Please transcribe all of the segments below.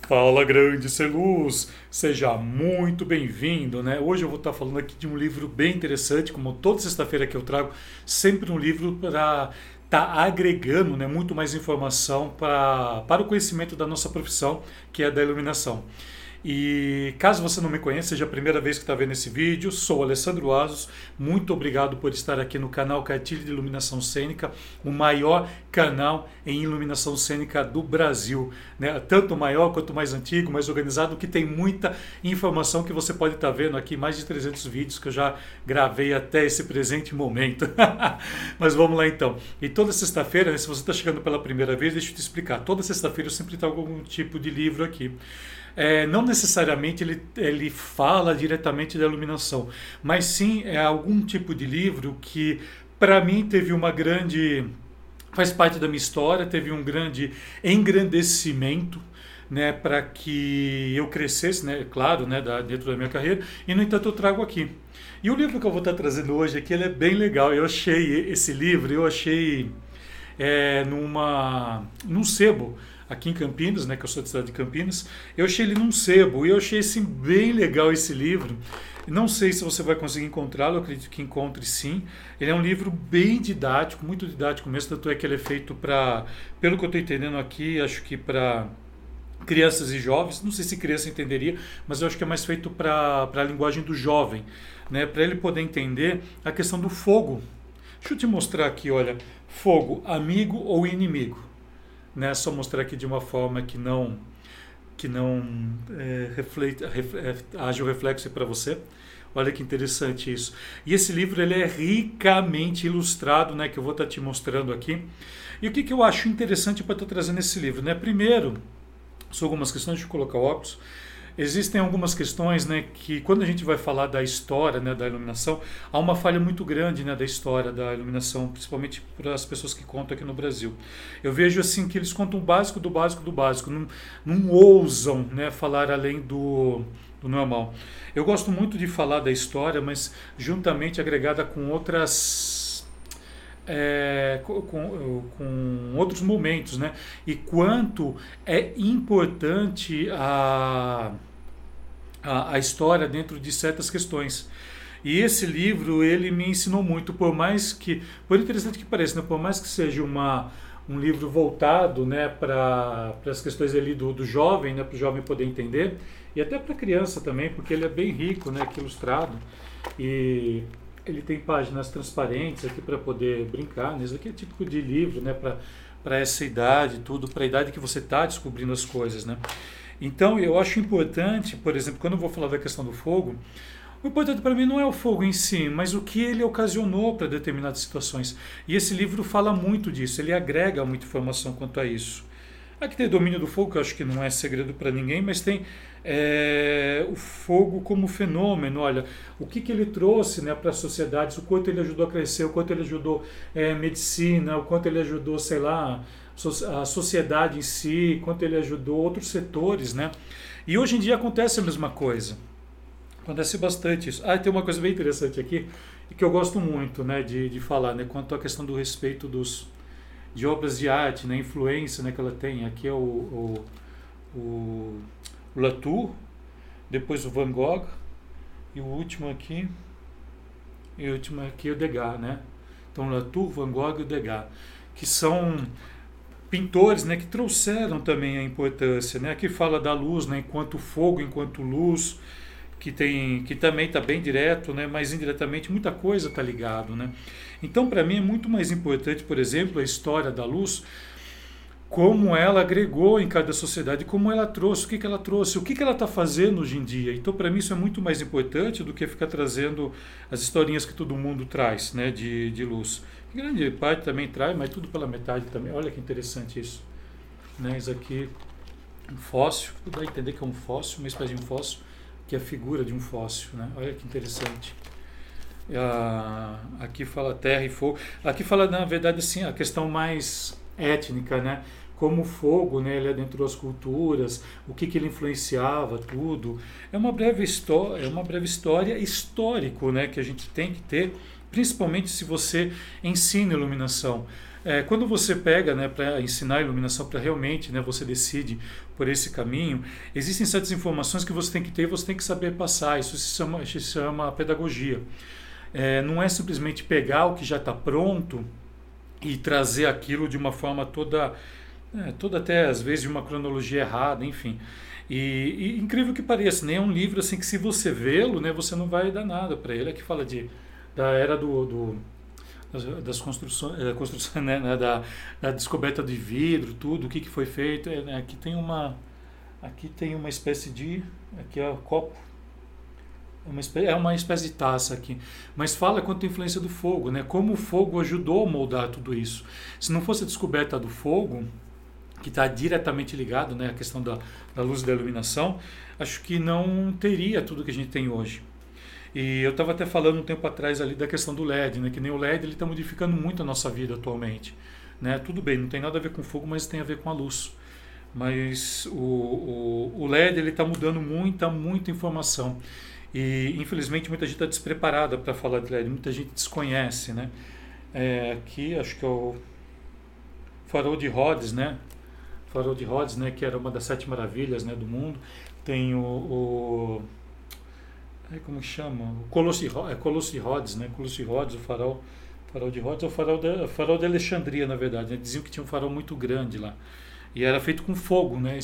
Fala, grande ser luz, seja muito bem-vindo, né? Hoje eu vou estar falando aqui de um livro bem interessante, como toda sexta-feira que eu trago, sempre um livro para estar agregando, né, muito mais informação para o conhecimento da nossa profissão, que é a da iluminação. E caso você não me conheça, seja a primeira vez que está vendo esse vídeo, sou Alessandro Asos, muito obrigado por estar aqui no canal Cartilha de Iluminação Cênica, o maior canal em iluminação cênica do Brasil, né? Tanto maior quanto mais antigo, mais organizado, que tem muita informação que você pode estar vendo aqui, mais de 300 vídeos que eu já gravei até esse presente momento. Mas vamos lá então. E toda sexta-feira, né, se você está chegando pela primeira vez, deixa eu te explicar, toda sexta-feira eu sempre trago algum tipo de livro aqui. Não necessariamente ele fala diretamente da iluminação, mas sim é algum tipo de livro que, para mim, teve uma grande. Faz parte da minha história, teve um grande engrandecimento, né, para que eu crescesse, né, claro, né, dentro da minha carreira, e no entanto eu trago aqui. E o livro que eu vou estar trazendo hoje aqui, ele é bem legal. Eu achei esse livro, eu achei num sebo aqui em Campinas, né, que eu sou da cidade de Campinas. Eu achei ele num sebo e eu achei assim, bem legal esse livro. Não sei se você vai conseguir encontrá-lo, eu acredito que encontre sim. Ele é um livro bem didático, muito didático mesmo, tanto é que ele é feito para, pelo que eu estou entendendo aqui, acho que para crianças e jovens. Não sei se criança entenderia, mas eu acho que é mais feito para a linguagem do jovem, né, para ele poder entender a questão do fogo. Deixa eu te mostrar aqui, olha, fogo, amigo ou inimigo, né? Só mostrar aqui de uma forma que não haja o reflexo para você. Olha que interessante isso. E esse livro ele é ricamente ilustrado, né? Que eu vou estar te mostrando aqui. E o que eu acho interessante para estar trazendo esse livro, né? Primeiro, são algumas questões de colocar óculos. Existem algumas questões, né, que quando a gente vai falar da história, né, da iluminação, há uma falha muito grande, né, da história da iluminação, principalmente para as pessoas que contam aqui no Brasil. Eu vejo assim que eles contam o básico do básico do básico, não ousam, né, falar além do normal. Eu gosto muito de falar da história, mas juntamente agregada com outras com outros momentos, né? E quanto é importante a história dentro de certas questões. E esse livro, ele me ensinou muito, por interessante que pareça, né? Por mais que seja um livro voltado, né, para as questões ali do jovem, né, para o jovem poder entender, e até para a criança também, porque ele é bem rico, né, que ilustrado, e ele tem páginas transparentes aqui para poder brincar, né? Isso aqui é típico de livro, né, para essa idade, tudo, para a idade que você está descobrindo as coisas, né? Então, eu acho importante, por exemplo, quando eu vou falar da questão do fogo, o importante para mim não é o fogo em si, mas o que ele ocasionou para determinadas situações. E esse livro fala muito disso, ele agrega muita informação quanto a isso. Aqui tem domínio do fogo, que eu acho que não é segredo para ninguém, mas tem o fogo como fenômeno. Olha, o que ele trouxe, né, para as sociedades, o quanto ele ajudou a crescer, o quanto ele ajudou medicina, o quanto ele ajudou, sei lá, a sociedade em si, quanto ele ajudou outros setores, né? E hoje em dia acontece a mesma coisa. Acontece bastante isso. Tem uma coisa bem interessante aqui, que eu gosto muito, né, de falar, né, quanto à questão do respeito de obras de arte, né, influência, né, que ela tem. Aqui é o Latour, depois o Van Gogh, e o último aqui é o Degas, né? Então Latour, Van Gogh e o Degas, que são pintores, né, que trouxeram também a importância, né? Aqui fala da luz, né, enquanto fogo, enquanto luz, que também está bem direto, né, mas indiretamente muita coisa está ligado, né? Então, para mim é muito mais importante, por exemplo, a história da luz, como ela agregou em cada sociedade, como ela trouxe, o que ela trouxe, o que ela está fazendo hoje em dia. Então, para mim, isso é muito mais importante do que ficar trazendo as historinhas que todo mundo traz, né, de luz. Grande parte também traz, mas tudo pela metade também. Olha que interessante isso, né? Isso aqui, um fóssil, dá a entender que é um fóssil, uma espécie de um fóssil, que é a figura de um fóssil, né? Olha que interessante. Aqui fala terra e fogo. Aqui fala, na verdade, assim, a questão mais étnica, né? Como o fogo, né, ele adentrou as culturas, o que ele influenciava, tudo. É uma breve história histórico, né, que a gente tem que ter, principalmente se você ensina iluminação. quando você pega, né, para ensinar a iluminação, para realmente, né, você decide por esse caminho, existem certas informações que você tem que ter e você tem que saber passar. Isso se chama pedagogia. Não é simplesmente pegar o que já está pronto e trazer aquilo de uma forma toda até às vezes de uma cronologia errada, enfim. E incrível que pareça, nem é um livro assim que se você vê-lo, né, você não vai dar nada para ele. É que fala da era das construções, né, da descoberta de vidro, tudo, o que foi feito. Né, aqui tem uma espécie de, aqui é o copo, é uma espécie de taça aqui, mas fala quanto a influência do fogo, né? Como o fogo ajudou a moldar tudo isso. Se não fosse a descoberta do fogo, que está diretamente ligado, né, à questão da luz e da iluminação, acho que não teria tudo que a gente tem hoje. E eu estava até falando um tempo atrás ali da questão do LED, né, que nem o LED ele está modificando muito a nossa vida atualmente. Né? Tudo bem, não tem nada a ver com fogo, mas tem a ver com a luz. Mas o LED ele está mudando muita informação. E infelizmente muita gente está despreparada para falar de LED, muita gente desconhece. Né? Aqui acho que é o Farol de Rhodes, né? Farol de Rhodes, né, que era uma das 7 maravilhas, né, do mundo. Tem como chama? O Colosso de Rhodes, né? Colosso de Rhodes, farol de Rhodes é o farol de Alexandria, na verdade. Né? Diziam que tinha um farol muito grande lá. E era feito com fogo, né?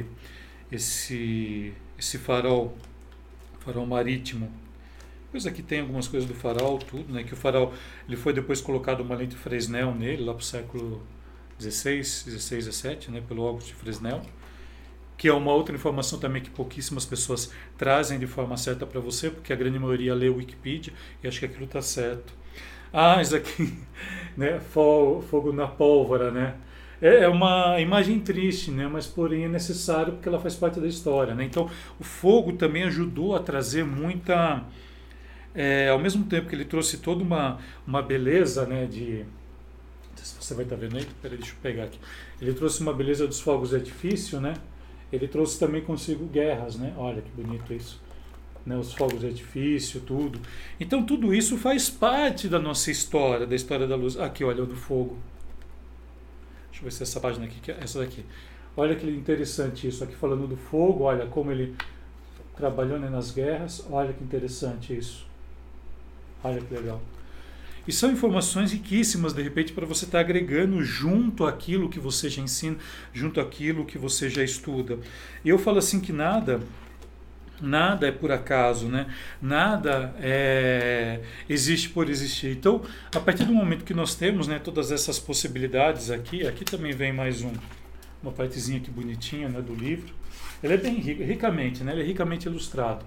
Esse farol marítimo. Depois aqui tem algumas coisas do farol, tudo, né? Que o farol ele foi depois colocado uma lente Fresnel nele, lá para o século 16, 17, né, pelo Auguste Fresnel, que é uma outra informação também que pouquíssimas pessoas trazem de forma certa para você, porque a grande maioria lê o Wikipedia e acha que aquilo está certo. Isso aqui, né, fogo na pólvora, né? É uma imagem triste, né, mas porém é necessário porque ela faz parte da história, né? Então, o fogo também ajudou a trazer muita... ao mesmo tempo que ele trouxe toda uma beleza, né, não sei se você vai estar vendo aí, peraí, deixa eu pegar aqui. Ele trouxe uma beleza dos fogos de artifício, né? Ele trouxe também consigo guerras, né? Olha que bonito isso. Né? Os fogos de artifício, tudo. Então tudo isso faz parte da nossa história, da história da luz. Aqui, olha, o do fogo. Deixa eu ver se essa página aqui, que é essa daqui. Olha que interessante isso. Aqui falando do fogo, olha como ele trabalhou, né, nas guerras. Olha que interessante isso. Olha que legal. E são informações riquíssimas, de repente, para você estar agregando junto àquilo que você já ensina, junto àquilo que você já estuda. E eu falo assim que nada é por acaso, né? Nada existe por existir. Então, a partir do momento que nós temos, né, todas essas possibilidades aqui também vem mais uma partezinha aqui bonitinha, né, do livro. Ele é bem ricamente, né? Ele é ricamente ilustrado.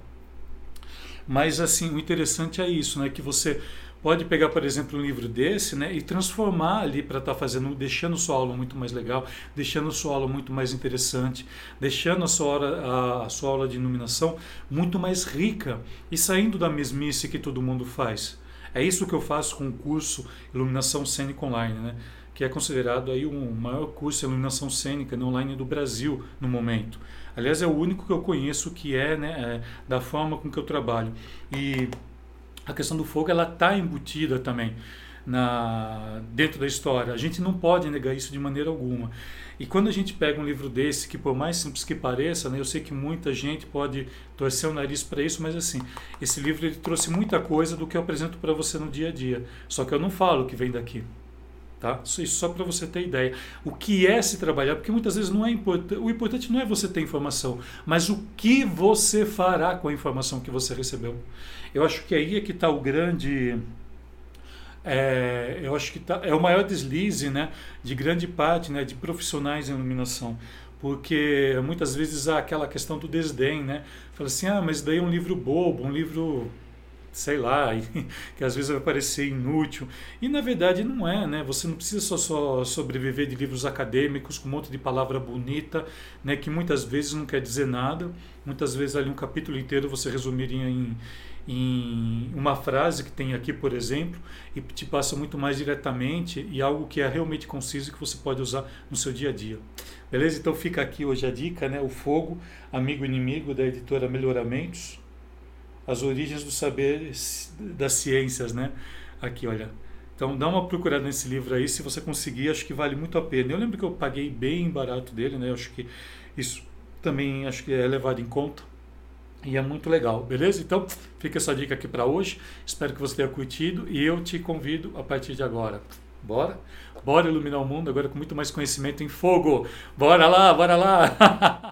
Mas assim, o interessante é isso, né, que você pode pegar, por exemplo, um livro desse, né, e transformar ali para estar deixando sua aula muito mais legal, deixando sua aula muito mais interessante, deixando a sua aula de iluminação muito mais rica e saindo da mesmice que todo mundo faz. É isso que eu faço com o curso Iluminação Cênica Online, né, que é considerado aí o maior curso de iluminação cênica online do Brasil no momento. Aliás, é o único que eu conheço que né, da forma com que eu trabalho. E a questão do fogo ela está embutida também dentro da história. A gente não pode negar isso de maneira alguma. E quando a gente pega um livro desse, que por mais simples que pareça, né, eu sei que muita gente pode torcer o nariz para isso, mas assim, esse livro ele trouxe muita coisa do que eu apresento para você no dia a dia. Só que eu não falo que vem daqui. Tá? Isso só para você ter ideia. O que é se trabalhar, porque muitas vezes não é importante. O importante não é você ter informação, mas o que você fará com a informação que você recebeu. Eu acho que aí é que está o grande. Eu acho que é o maior deslize, né, de grande parte, né, de profissionais em iluminação. Porque muitas vezes há aquela questão do desdém, né? Fala assim, mas daí é um livro bobo, um livro, sei lá, que às vezes vai parecer inútil. E na verdade não é, né? Você não precisa só sobreviver de livros acadêmicos com um monte de palavra bonita, né? Que muitas vezes não quer dizer nada. Muitas vezes ali um capítulo inteiro você resumiria em uma frase que tem aqui, por exemplo, e te passa muito mais diretamente e algo que é realmente conciso que você pode usar no seu dia a dia. Beleza? Então fica aqui hoje a dica, né? O Fogo, Amigo e Inimigo, da editora Melhoramentos. As origens do saber das ciências, né? Aqui, olha, Então dá uma procurada nesse livro aí, se você conseguir, acho que vale muito a pena. Eu lembro que eu paguei bem barato dele, né? Eu acho que isso também acho que é levado em conta. E é muito legal, beleza? Então, fica essa dica aqui para hoje. Espero que você tenha curtido e eu te convido a partir de agora. Bora? Bora iluminar o mundo agora com muito mais conhecimento em fogo. Bora lá, bora lá!